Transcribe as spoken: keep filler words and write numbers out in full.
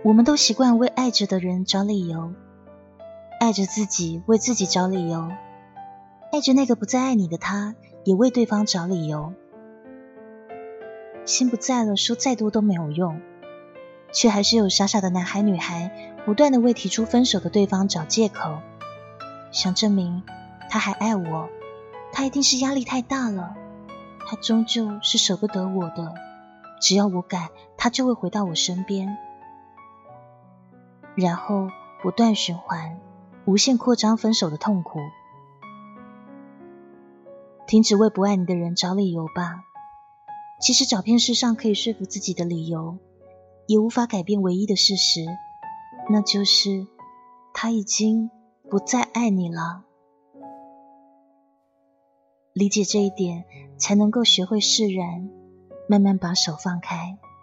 我们都习惯为爱着的人找理由，爱着自己为自己找理由，爱着那个不再爱你的他，也为对方找理由。心不在了，说再多都没有用，却还是有傻傻的男孩女孩不断地为提出分手的对方找借口，想证明他还爱我，他一定是压力太大了，他终究是舍不得我的，只要我改，他就会回到我身边。然后不断循环，无限扩张分手的痛苦。停止为不爱你的人找理由吧，其实找遍世上可以说服自己的理由，也无法改变唯一的事实，那就是他已经不再爱你了。理解这一点，才能够学会释然，慢慢把手放开。